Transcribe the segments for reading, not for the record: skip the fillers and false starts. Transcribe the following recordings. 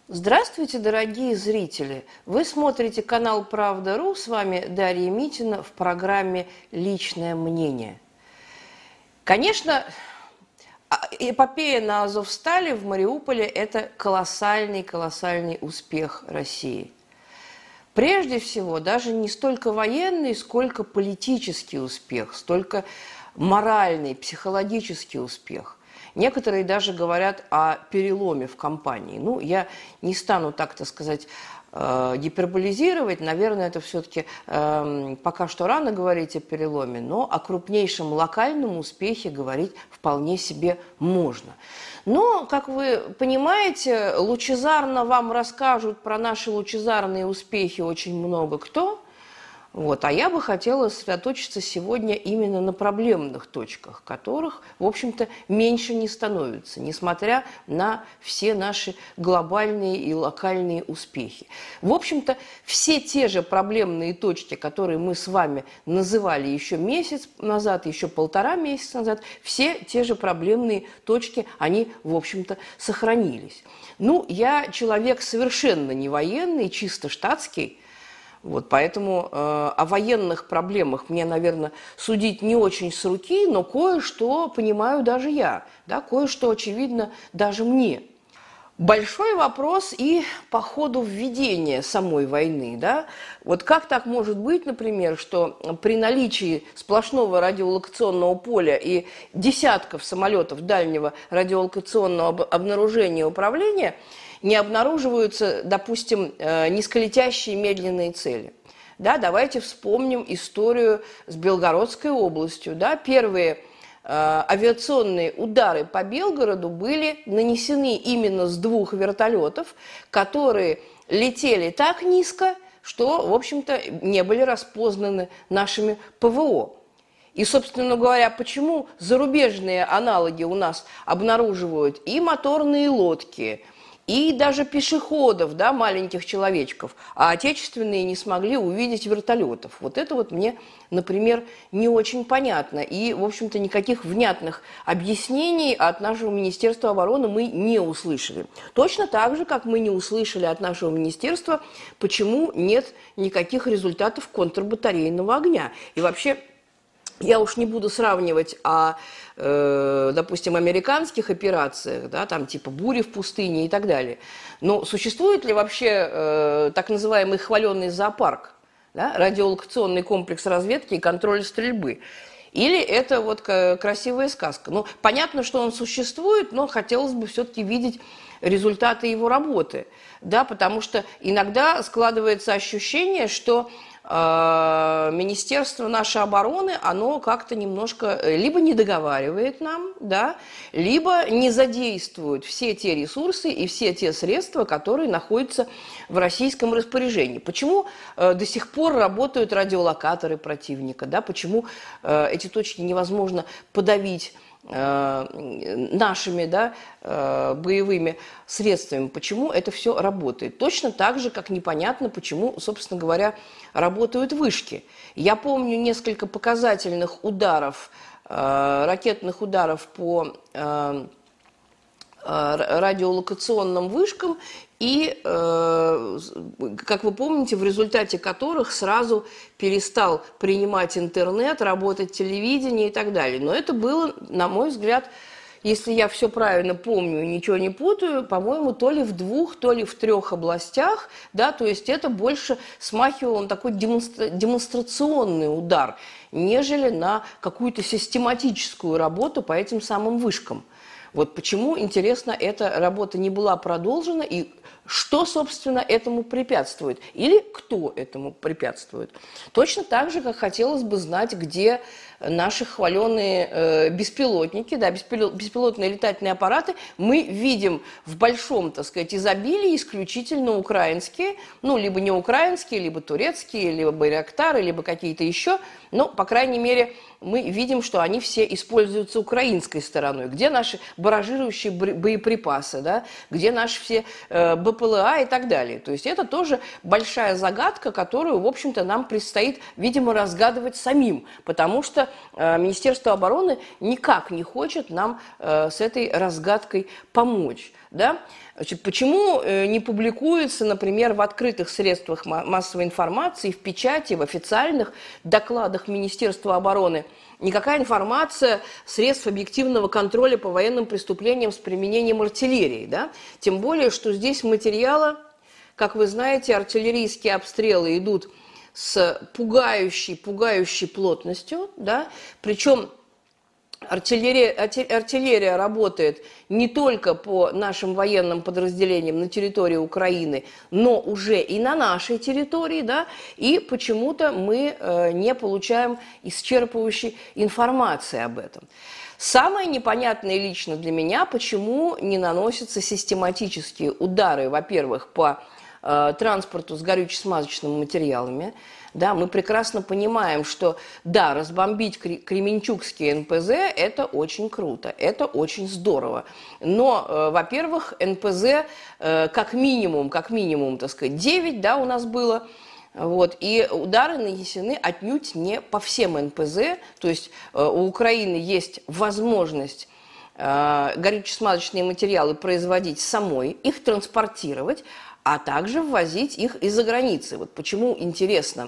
Здравствуйте, дорогие зрители! Вы смотрите канал «Правда.ру», с вами Дарья Митина в программе «Личное мнение». Конечно, эпопея на Азовстали в Мариуполе – это колоссальный успех России. Прежде всего, даже не столько военный, сколько политический успех, столько моральный, психологический успех. Некоторые даже говорят о переломе в кампании. Ну, я не стану так сказать, гиперболизировать. Наверное, это все-таки пока что рано говорить о переломе, но о крупнейшем локальном успехе говорить вполне себе можно. Но, как вы понимаете, лучезарно вам расскажут про наши лучезарные успехи очень много кто. А я бы хотела сосредоточиться сегодня именно на проблемных точках, которых, в общем-то, меньше не становится, несмотря на все наши глобальные и локальные успехи. В общем-то, все те же проблемные точки, которые мы с вами называли еще месяц назад, еще 1,5 месяца назад, все те же проблемные точки, они, в общем-то, сохранились. Я человек совершенно не военный, чисто штатский. Поэтому о военных проблемах мне, наверное, судить не очень с руки, но кое-что понимаю даже я, да, кое-что очевидно даже мне. Большой вопрос и по ходу введения самой войны. Да? Как так может быть, например, что при наличии сплошного радиолокационного поля и десятков самолетов дальнего радиолокационного обнаружения и управления не обнаруживаются, допустим, низколетящие медленные цели. Да, давайте вспомним историю с Белгородской областью. Да, первые авиационные удары по Белгороду были нанесены именно с 2 вертолетов, которые летели так низко, что, в общем-то, не были распознаны нашими ПВО. И, собственно говоря, почему зарубежные аналоги у нас обнаруживают и моторные лодки, и даже пешеходов, да, маленьких человечков, а отечественные не смогли увидеть вертолетов. Это мне, например, не очень понятно. И, в общем-то, никаких внятных объяснений от нашего Министерства обороны мы не услышали. Точно так же, как мы не услышали от нашего министерства, почему нет никаких результатов контрбатарейного огня. И вообще, я уж не буду сравнивать допустим, американских операциях, да, там типа бури в пустыне и так далее. Но существует ли вообще так называемый хваленый зоопарк, да, радиолокационный комплекс разведки и контроля стрельбы? Или это красивая сказка? Понятно, что он существует, но хотелось бы все-таки видеть результаты его работы, да, потому что иногда складывается ощущение, что Министерство нашей обороны, оно как-то немножко либо не договаривает нам, да, либо не задействует все те ресурсы и все те средства, которые находятся в российском распоряжении. Почему до сих пор работают радиолокаторы противника, да, почему эти точки невозможно подавить нашими, да, боевыми средствами, почему это все работает. Точно так же, как непонятно, почему, собственно говоря, работают вышки. Я помню несколько показательных ударов, ракетных ударов по радиолокационным вышкам, и, как вы помните, в результате которых сразу перестал принимать интернет, работать телевидение и так далее. Но это было, на мой взгляд, если я все правильно помню и ничего не путаю, по-моему, то ли в 2, то ли в 3 областях, да, то есть это больше смахивало на такой демонстрационный удар, нежели на какую-то систематическую работу по этим самым вышкам. Почему, интересно, эта работа не была продолжена и что, собственно, этому препятствует? Или кто этому препятствует? Точно так же, как хотелось бы знать, где наши хваленые беспилотники, да, беспилотные летательные аппараты, мы видим в большом, так сказать, изобилии исключительно украинские, либо не украинские, либо турецкие, либо байрактары, либо какие-то еще, но, по крайней мере, мы видим, что они все используются украинской стороной. Где наши баражирующие боеприпасы, да, где наши все БПЛА и так далее. То есть это тоже большая загадка, которую, в общем-то, нам предстоит, видимо, разгадывать самим, потому что Министерство обороны никак не хочет нам с этой разгадкой помочь. Да? Значит, почему не публикуется, например, в открытых средствах массовой информации, в печати, в официальных докладах Министерства обороны никакая информация средств объективного контроля по военным преступлениям с применением артиллерии? Да? Тем более, что здесь материала, как вы знаете, артиллерийские обстрелы идут с пугающей плотностью, да? Причем артиллерия работает не только по нашим военным подразделениям на территории Украины, но уже и на нашей территории, да, и почему-то мы не получаем исчерпывающей информации об этом. Самое непонятное лично для меня, почему не наносятся систематические удары, во-первых, по транспорту с горюче-смазочными материалами. Да, мы прекрасно понимаем, что да, разбомбить кременчугский НПЗ – это очень круто, это очень здорово. Но, во-первых, НПЗ как минимум, так сказать, 9, да, у нас было. Вот, и удары нанесены отнюдь не по всем НПЗ. То есть у Украины есть возможность горюче-смазочные материалы производить самой, их транспортировать, а также ввозить их из-за границы. Вот почему интересно,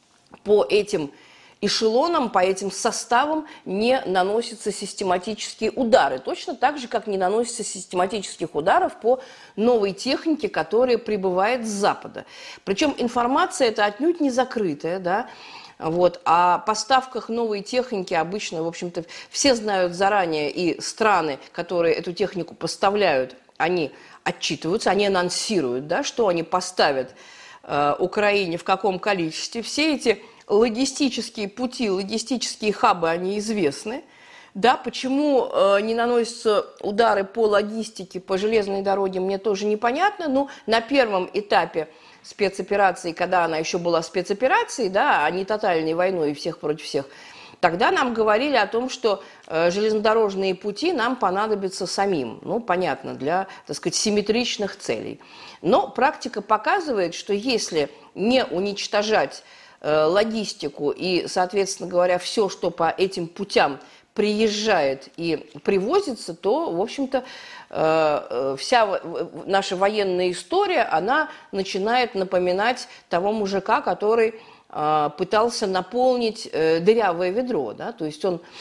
по этим эшелонам, по этим составам не наносятся систематические удары. Точно так же, как не наносятся систематических ударов по новой технике, которая прибывает с Запада. Причем информация эта отнюдь не закрытая, да. Вот. О поставках новой техники обычно, в общем-то, все знают заранее, и страны, которые эту технику поставляют, они отчитываются, они анонсируют, да, что они поставят Украине, в каком количестве. Все эти логистические пути, логистические хабы, они известны. Да, почему не наносятся удары по логистике, по железной дороге, мне тоже непонятно. Но на первом этапе спецоперации, когда она еще была спецоперацией, да, а не тотальной войной и всех против всех, тогда нам говорили о том, что железнодорожные пути нам понадобятся самим. Ну, понятно, для, так сказать, симметричных целей. Но практика показывает, что если не уничтожать логистику и, соответственно говоря, все, что по этим путям приезжает и привозится, то, в общем-то, вся наша военная история, она начинает напоминать того мужика, который пытался наполнить дырявое ведро, да, то есть он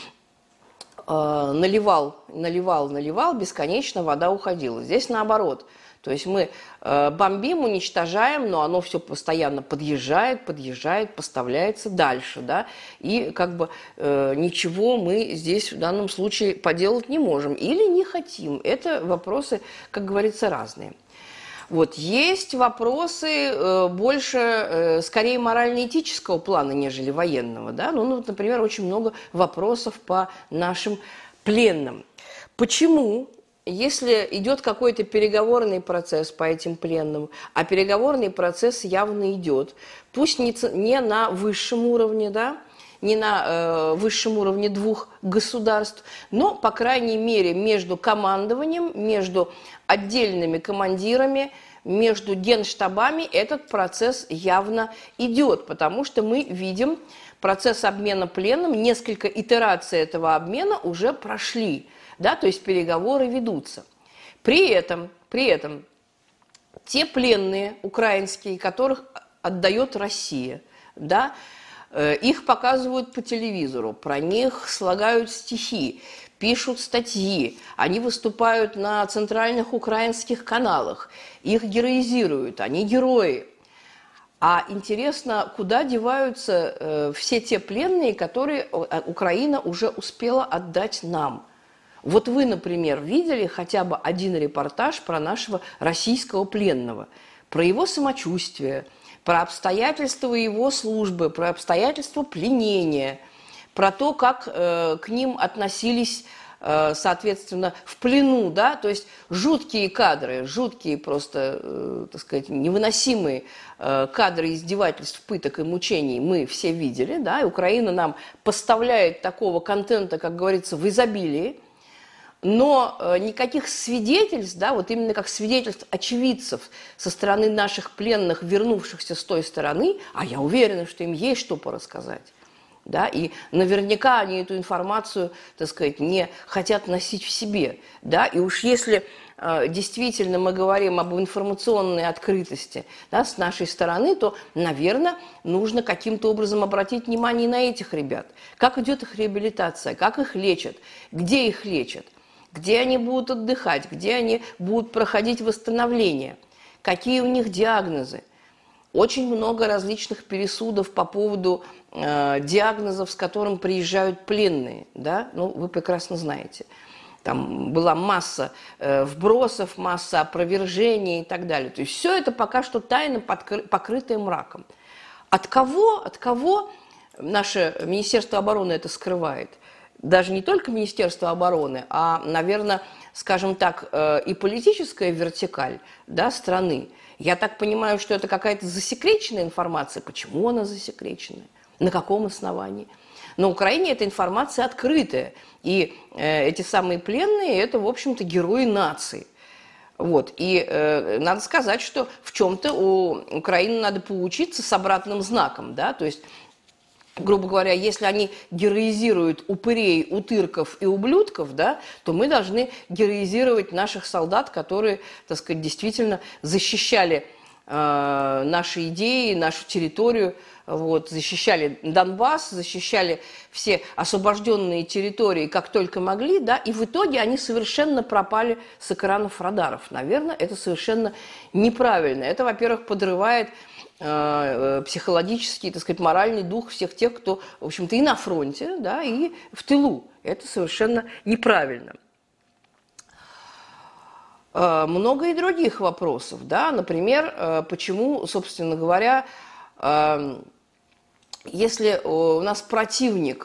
наливал, бесконечно вода уходила. Здесь наоборот. То есть мы бомбим, уничтожаем, но оно все постоянно подъезжает, поставляется дальше, да, и как бы ничего мы здесь в данном случае поделать не можем или не хотим. Это вопросы, как говорится, разные. Вот, есть вопросы больше, скорее, морально-этического плана, нежели военного. Да? Ну, вот, например, очень много вопросов по нашим пленным. Почему, если идет какой-то переговорный процесс по этим пленным, а переговорный процесс явно идет, пусть не на высшем уровне, да, не на высшем уровне двух государств, но, по крайней мере, между командованием, между отдельными командирами, между генштабами этот процесс явно идет, потому что мы видим процесс обмена пленным, несколько итераций этого обмена уже прошли, да, то есть переговоры ведутся. При этом те пленные украинские, которых отдает Россия, да, их показывают по телевизору, про них слагают стихи, пишут статьи, они выступают на центральных украинских каналах, их героизируют, они герои. А интересно, куда деваются все те пленные, которые Украина уже успела отдать нам? Вот вы, например, видели хотя бы один репортаж про нашего российского пленного, про его самочувствие, про обстоятельства его службы, про обстоятельства пленения, про то, как к ним относились, соответственно, в плену, да, то есть жуткие кадры, жуткие просто, так сказать, невыносимые кадры издевательств, пыток и мучений мы все видели, да, и Украина нам поставляет такого контента, как говорится, в изобилии. Но никаких свидетельств, да, вот именно как свидетельств очевидцев со стороны наших пленных, вернувшихся с той стороны, а я уверена, что им есть что порассказать, да, и наверняка они эту информацию, так сказать, не хотят носить в себе, да, и уж если действительно мы говорим об информационной открытости, да, с нашей стороны, то, наверное, нужно каким-то образом обратить внимание на этих ребят. Как идет их реабилитация, как их лечат, где их лечат, где они будут отдыхать, где они будут проходить восстановление, какие у них диагнозы. Очень много различных пересудов по поводу диагнозов, с которым приезжают пленные, да, ну, вы прекрасно знаете. Там была масса вбросов, масса опровержений и так далее. То есть все это пока что тайна, покрытая мраком. От кого наше Министерство обороны это скрывает? Даже не только Министерство обороны, а, наверное, скажем так, и политическая вертикаль, да, страны. Я так понимаю, что это какая-то засекреченная информация. Почему она засекреченная? На каком основании? На Украине эта информация открытая. И эти самые пленные – это, в общем-то, герои нации. Вот. И надо сказать, что в чем-то у Украины надо поучиться с обратным знаком. Да? То есть, грубо говоря, если они героизируют упырей, утырков и ублюдков, да, то мы должны героизировать наших солдат, которые, так сказать, действительно защищали наши идеи, нашу территорию, вот, защищали Донбасс, защищали все освобожденные территории, как только могли, да, и в итоге они совершенно пропали с экранов радаров. Наверное, это совершенно неправильно. Это, во-первых, подрывает психологический, так сказать, моральный дух всех тех, кто, в общем-то, и на фронте, да, и в тылу. Это совершенно неправильно. Много и других вопросов, да, например, почему, собственно говоря, если у нас противник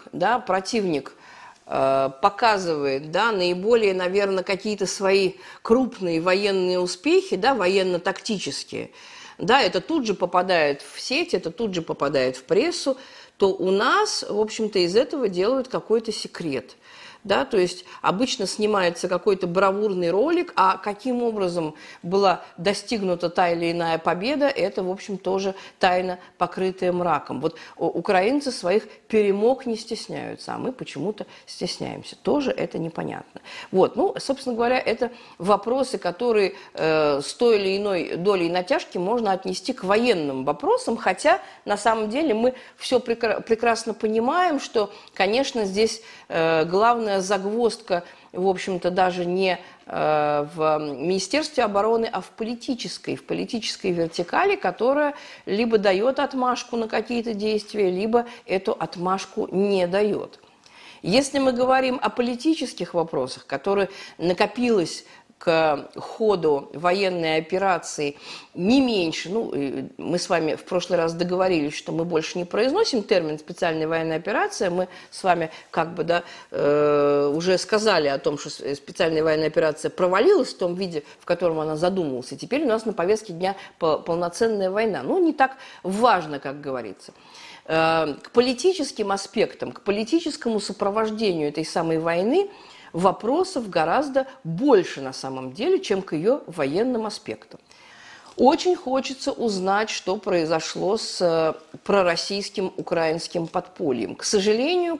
показывает, да, наиболее, наверное, какие-то свои крупные военные успехи, да, военно-тактические, да, это тут же попадает в сеть, это тут же попадает в прессу, то у нас, в общем-то, из этого делают какой-то секрет. Да, то есть обычно снимается какой-то бравурный ролик, а каким образом была достигнута та или иная победа, это, в общем, тоже тайна, покрытая мраком. Вот украинцы своих перемог не стесняются, а мы почему-то стесняемся. Тоже это непонятно. Вот, ну, собственно говоря, это вопросы, которые с той или иной долей натяжки можно отнести к военным вопросам, хотя на самом деле мы все прекрасно понимаем, что, конечно, здесь главное загвоздка, в общем-то, даже не в Министерстве обороны, а в политической вертикали, которая либо дает отмашку на какие-то действия, либо эту отмашку не дает. Если мы говорим о политических вопросах, которые накопилось к ходу военной операции не меньше, ну, мы с вами в прошлый раз договорились, что мы больше не произносим термин «специальная военная операция», мы с вами как бы, да, уже сказали о том, что специальная военная операция провалилась в том виде, в котором она задумывалась, и теперь у нас на повестке дня полноценная война. Ну, не так важно, как говорится. К политическим аспектам, к политическому сопровождению этой самой войны вопросов гораздо больше на самом деле, чем к ее военным аспектам. Очень хочется узнать, что произошло с пророссийским украинским подпольем. К сожалению,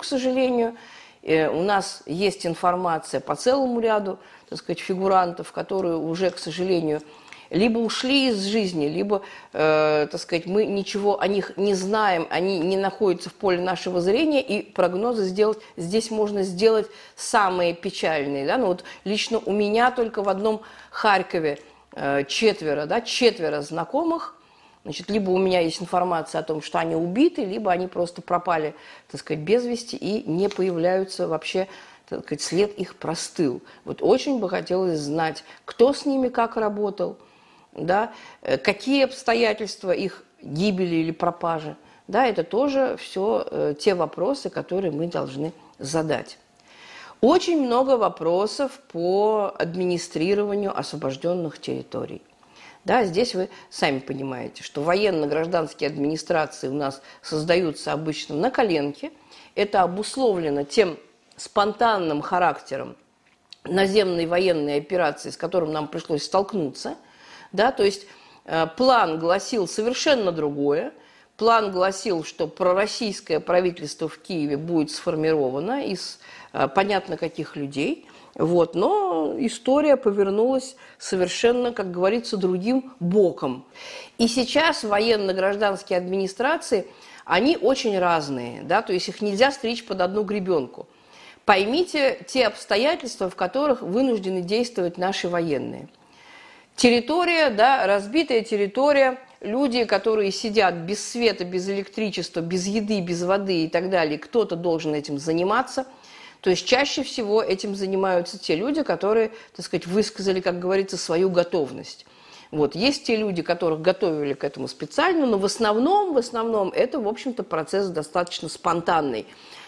у нас есть информация по целому ряду, так сказать, фигурантов, которые уже, к сожалению, либо ушли из жизни, либо, так сказать, мы ничего о них не знаем, они не находятся в поле нашего зрения, и прогнозы сделать здесь можно сделать самые печальные. Да? Ну, вот лично у меня только в одном Харькове четверо знакомых. Значит, либо у меня есть информация о том, что они убиты, либо они просто пропали, так сказать, без вести и не появляются вообще, так сказать, след их простыл. Вот очень бы хотелось знать, кто с ними как работал, да, какие обстоятельства их гибели или пропажи. Да, это тоже все те вопросы, которые мы должны задать. Очень много вопросов по администрированию освобожденных территорий. Да, здесь вы сами понимаете, что военно-гражданские администрации у нас создаются обычно на коленке. Это обусловлено тем спонтанным характером наземной военной операции, с которым нам пришлось столкнуться. Да, то есть план гласил совершенно другое. План гласил, что пророссийское правительство в Киеве будет сформировано из понятно каких людей. Вот, но история повернулась совершенно, как говорится, другим боком. И сейчас военно-гражданские администрации, они очень разные, да, то есть их нельзя стричь под одну гребенку. Поймите те обстоятельства, в которых вынуждены действовать наши военные. Территория, да, разбитая территория, люди, которые сидят без света, без электричества, без еды, без воды и так далее, кто-то должен этим заниматься. То есть чаще всего этим занимаются те люди, которые, так сказать, высказали, как говорится, свою готовность. Вот. Есть те люди, которых готовили к этому специально, но в основном это, в общем-то, процесс достаточно спонтанный.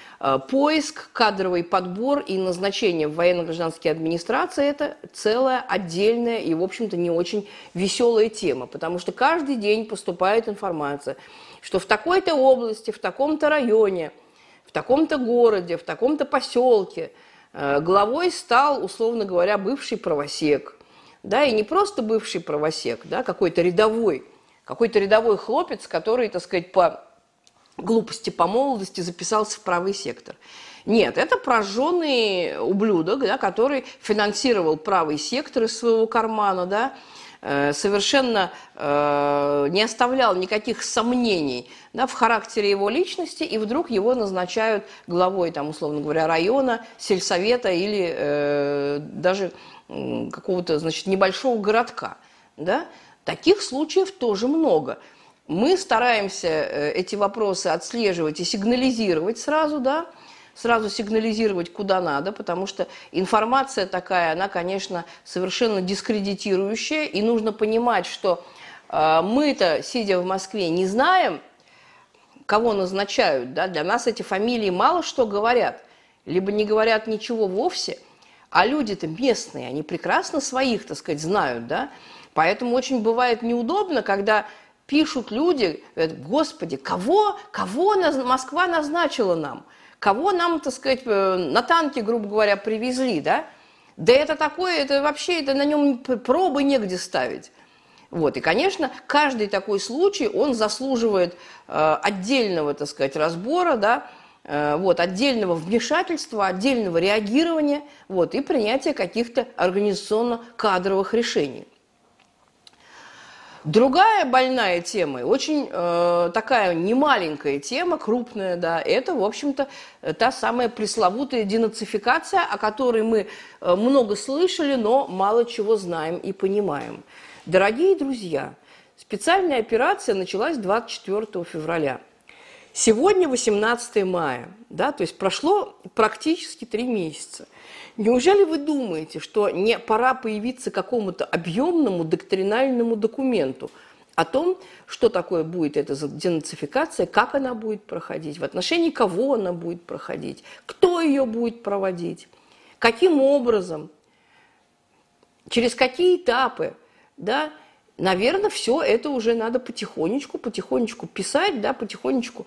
Поиск, кадровый подбор и назначение в военно-гражданские администрации – это целая отдельная и, в общем-то, не очень веселая тема, потому что каждый день поступает информация, что в такой-то области, в таком-то районе, в таком-то городе, в таком-то поселке главой стал, условно говоря, бывший правосек. Да, и не просто бывший правосек, да, какой-то рядовой хлопец, который, так сказать, по глупости, по молодости записался в правый сектор. Нет, это прожженный ублюдок, да, который финансировал правый сектор из своего кармана, да, совершенно не оставлял никаких сомнений, да, в характере его личности, и вдруг его назначают главой, там, условно говоря, района, сельсовета или даже какого-то, значит, небольшого городка. Да? Таких случаев тоже много. Мы стараемся эти вопросы отслеживать и сигнализировать сразу, да, сразу сигнализировать куда надо, потому что информация такая, она, конечно, совершенно дискредитирующая, и нужно понимать, что мы-то, сидя в Москве, не знаем, кого назначают, да, для нас эти фамилии мало что говорят, либо не говорят ничего вовсе, а люди-то местные, они прекрасно своих, так сказать, знают, да, поэтому очень бывает неудобно, когда пишут люди, говорят: Господи, кого Москва назначила нам? Кого нам, так сказать, на танке, грубо говоря, привезли, да? Да это такое, это вообще, это на нем пробы негде ставить. Вот, и, конечно, каждый такой случай, он заслуживает отдельного, так сказать, разбора, да, вот, отдельного вмешательства, отдельного реагирования, вот, и принятия каких-то организационно-кадровых решений. Другая больная тема, очень такая немаленькая тема, крупная, да, это, в общем-то, та самая пресловутая денацификация, о которой мы много слышали, но мало чего знаем и понимаем. Дорогие друзья, специальная операция началась 24 февраля. Сегодня 18 мая, да, то есть прошло практически 3 месяца. Неужели вы думаете, что не пора появиться какому-то объемному доктринальному документу о том, что такое будет эта денацификация, как она будет проходить, в отношении кого она будет проходить, кто ее будет проводить, каким образом, через какие этапы, да? Наверное, все это уже надо потихонечку писать, да, потихонечку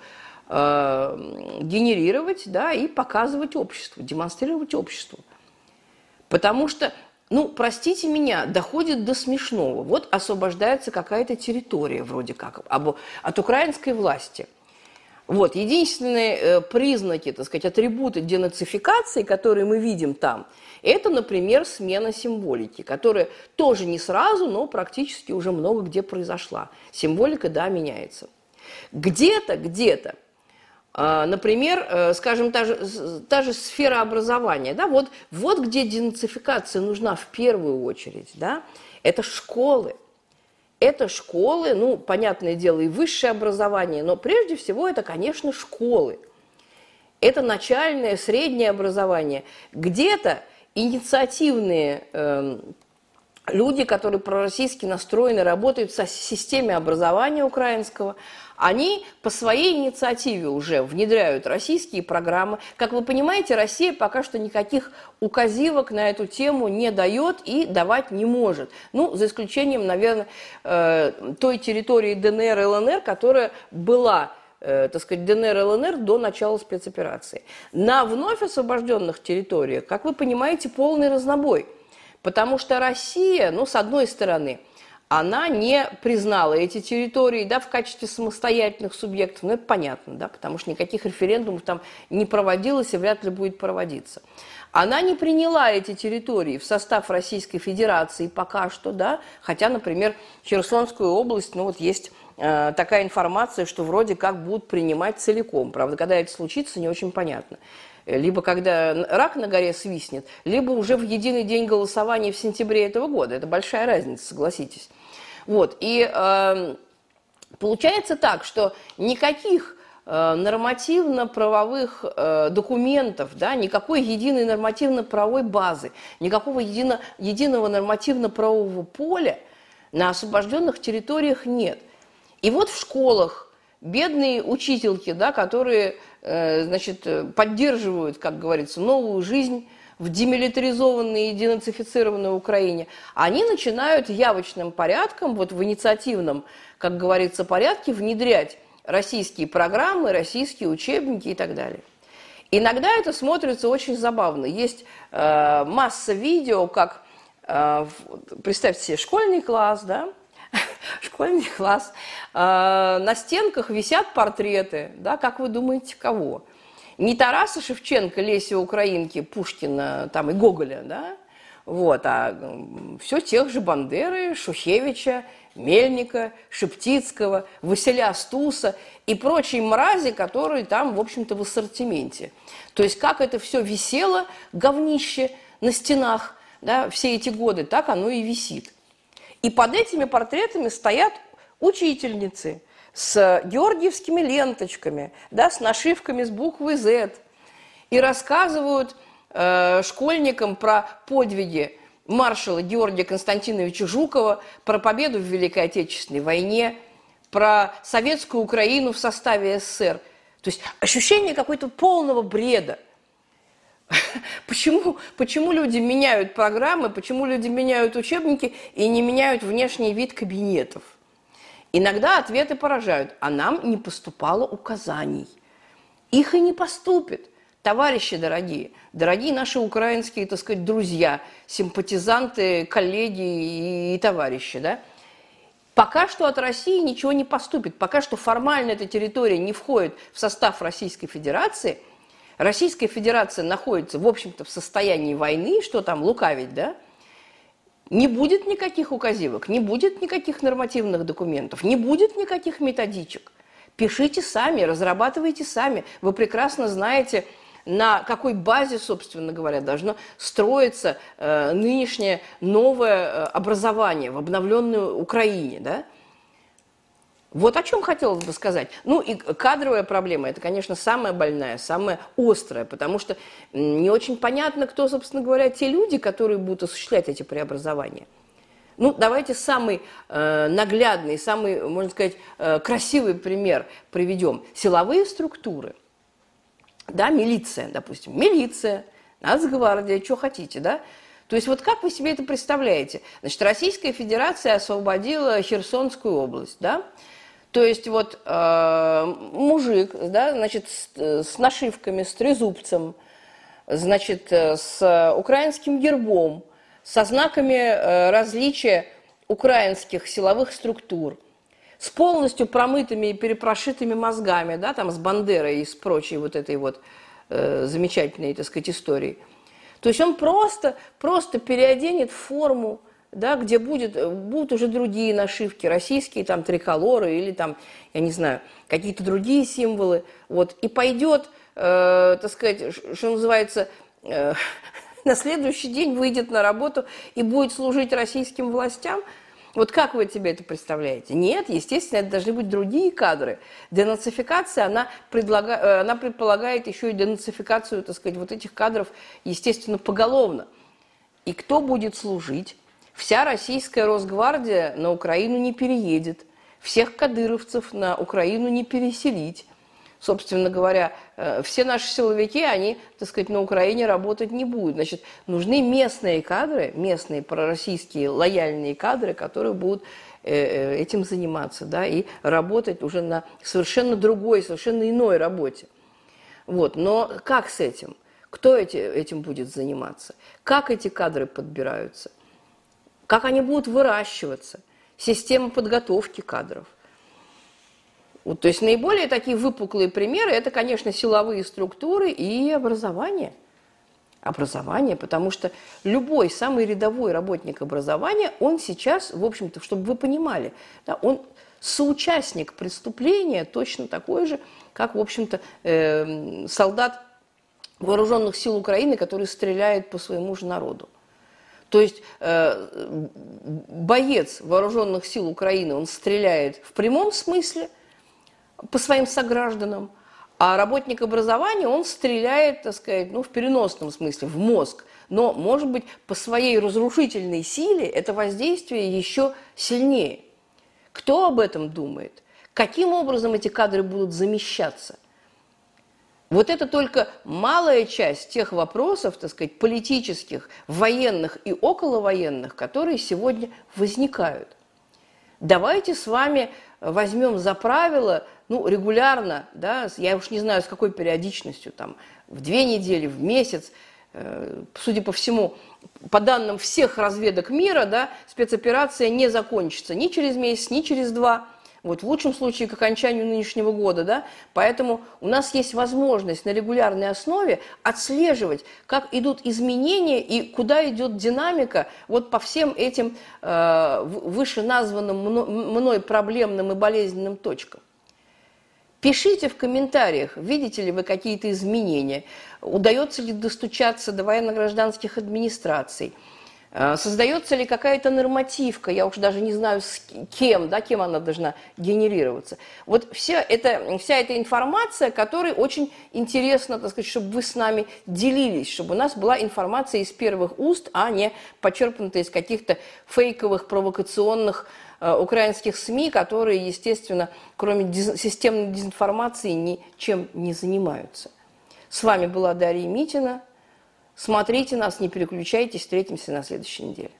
генерировать, да, и показывать обществу, демонстрировать обществу. Потому что, ну, простите меня, доходит до смешного. Вот освобождается какая-то территория вроде как от украинской власти. Вот, единственные признаки, так сказать, атрибуты денацификации, которые мы видим там, это, например, смена символики, которая тоже не сразу, но практически уже много где произошла. Символика, да, меняется. Где-то, например, скажем, та же сфера образования, да, вот где денацификация нужна в первую очередь, да, это школы. Это школы, ну, понятное дело, и высшее образование, но прежде всего это, конечно, школы. Это начальное, среднее образование. Где-то инициативные люди, которые пророссийски настроены, работают в системе образования украинского, они по своей инициативе уже внедряют российские программы. Как вы понимаете, Россия пока что никаких указивок на эту тему не дает и давать не может. Ну, за исключением, наверное, той территории ДНР и ЛНР, которая была так сказать, ДНР, ЛНР до начала спецоперации. На вновь освобожденных территориях, как вы понимаете, полный разнобой. Потому что Россия, ну, с одной стороны, она не признала эти территории, да, в качестве самостоятельных субъектов. Ну, это понятно, да, потому что никаких референдумов там не проводилось и вряд ли будет проводиться. Она не приняла эти территории в состав Российской Федерации пока что, да, хотя, например, Херсонскую область, ну, вот есть такая информация, что вроде как будут принимать целиком. Правда, когда это случится, не очень понятно. Либо когда рак на горе свистнет, либо уже в единый день голосования в сентябре этого года. Это большая разница, согласитесь. Вот. И получается так, что никаких нормативно-правовых документов, да, никакой единой нормативно-правовой базы, никакого единого нормативно-правового поля на освобожденных территориях нет. И вот в школах бедные учительки, да, которые, значит, поддерживают, как говорится, новую жизнь в демилитаризованной и денацифицированной Украине, они начинают явочным порядком, вот в инициативном, как говорится, порядке внедрять российские программы, российские учебники и так далее. Иногда это смотрится очень забавно. Есть масса видео, как, представьте себе, школьный класс, да, школьный класс, на стенках висят портреты, да, как вы думаете, кого? Не Тараса Шевченко, Леси Украинки, Пушкина там, и Гоголя, да, вот, а все тех же Бандеры, Шухевича, Мельника, Шептицкого, Василя Стуса и прочие мрази, которые там, в общем-то, в ассортименте. То есть как это все висело, говнище на стенах, да, все эти годы, так оно и висит. И под этими портретами стоят учительницы с георгиевскими ленточками, да, с нашивками с буквой «Z». И рассказывают школьникам про подвиги маршала Георгия Константиновича Жукова, про победу в Великой Отечественной войне, про советскую Украину в составе СССР. То есть ощущение какой-то полного бреда. Почему люди меняют программы, почему люди меняют учебники и не меняют внешний вид кабинетов? Иногда ответы поражают, а нам не поступало указаний. Их и не поступит. Товарищи дорогие наши украинские, так сказать, друзья, симпатизанты, коллеги и товарищи, да? Пока что от России ничего не поступит, пока что формально эта территория не входит в состав Российской Федерации, Российская Федерация находится, в общем-то, в состоянии войны, что там лукавить, да? Не будет никаких указивок, не будет никаких нормативных документов, не будет никаких методичек. Пишите сами, разрабатывайте сами. Вы прекрасно знаете, на какой базе, собственно говоря, должно строиться нынешнее новое образование в обновленной Украине, да? Вот о чем хотелось бы сказать. Ну и кадровая проблема, это, конечно, самая больная, самая острая, потому что не очень понятно, кто, собственно говоря, те люди, которые будут осуществлять эти преобразования. Ну, давайте самый наглядный, самый, можно сказать, красивый пример приведем. Силовые структуры. Да, милиция, допустим. Милиция, Нацгвардия, что хотите, да? То есть вот как вы себе это представляете? Значит, Российская Федерация освободила Херсонскую область, да? То есть вот мужик, да, значит, с нашивками, с трезубцем, значит, с украинским гербом, со знаками различия украинских силовых структур, с полностью промытыми и перепрошитыми мозгами, да, там с Бандерой и с прочей вот этой вот замечательной, так сказать, историей. То есть он просто переоденет форму, да, где будут уже другие нашивки, российские там триколоры или там, я не знаю, какие-то другие символы, вот, и пойдет, так сказать, что называется, на следующий день выйдет на работу и будет служить российским властям. Вот как вы себе это представляете? Нет, естественно, это должны быть другие кадры. Денацификация, она предполагает еще и денацификацию, так сказать, вот этих кадров, естественно, поголовно. И кто будет служить? Вся российская Росгвардия на Украину не переедет. Всех кадыровцев на Украину не переселить. Собственно говоря, все наши силовики, они, так сказать, на Украине работать не будут. Значит, нужны местные кадры, местные пророссийские лояльные кадры, которые будут этим заниматься, да, и работать уже на совершенно другой, совершенно иной работе. Вот. Но как с этим? Кто этим будет заниматься? Как эти кадры подбираются? Как они будут выращиваться? Система подготовки кадров. Вот, то есть наиболее такие выпуклые примеры – это, конечно, силовые структуры и образование. Образование, потому что любой самый рядовой работник образования, он сейчас, в общем-то, чтобы вы понимали, да, он соучастник преступления точно такой же, как, в общем-то, солдат вооруженных сил Украины, который стреляет по своему же народу. То есть боец вооруженных сил Украины, он стреляет в прямом смысле по своим согражданам, а работник образования, он стреляет, так сказать, ну, в переносном смысле, в мозг. Но, может быть, по своей разрушительной силе это воздействие еще сильнее. Кто об этом думает? Каким образом эти кадры будут замещаться? Вот это только малая часть тех вопросов, так сказать, политических, военных и околовоенных, которые сегодня возникают. Давайте с вами возьмем за правило, ну, регулярно, да, я уж не знаю, с какой периодичностью, там, в 2 недели, в месяц, судя по всему, по данным всех разведок мира, да, спецоперация не закончится ни через месяц, ни через 2. Вот в лучшем случае к окончанию нынешнего года, да, поэтому у нас есть возможность на регулярной основе отслеживать, как идут изменения и куда идет динамика вот по всем этим вышеназванным мной проблемным и болезненным точкам. Пишите в комментариях, видите ли вы какие-то изменения, удается ли достучаться до военно-гражданских администраций, создается ли какая-то нормативка, я уж даже не знаю с кем, да, кем она должна генерироваться. Вот вся эта информация, которой очень интересно, так сказать, чтобы вы с нами делились, чтобы у нас была информация из первых уст, а не почерпнутая из каких-то фейковых, провокационных украинских СМИ, которые, естественно, кроме системной дезинформации, ничем не занимаются. С вами была Дарья Митина. Смотрите нас, не переключайтесь, встретимся на следующей неделе.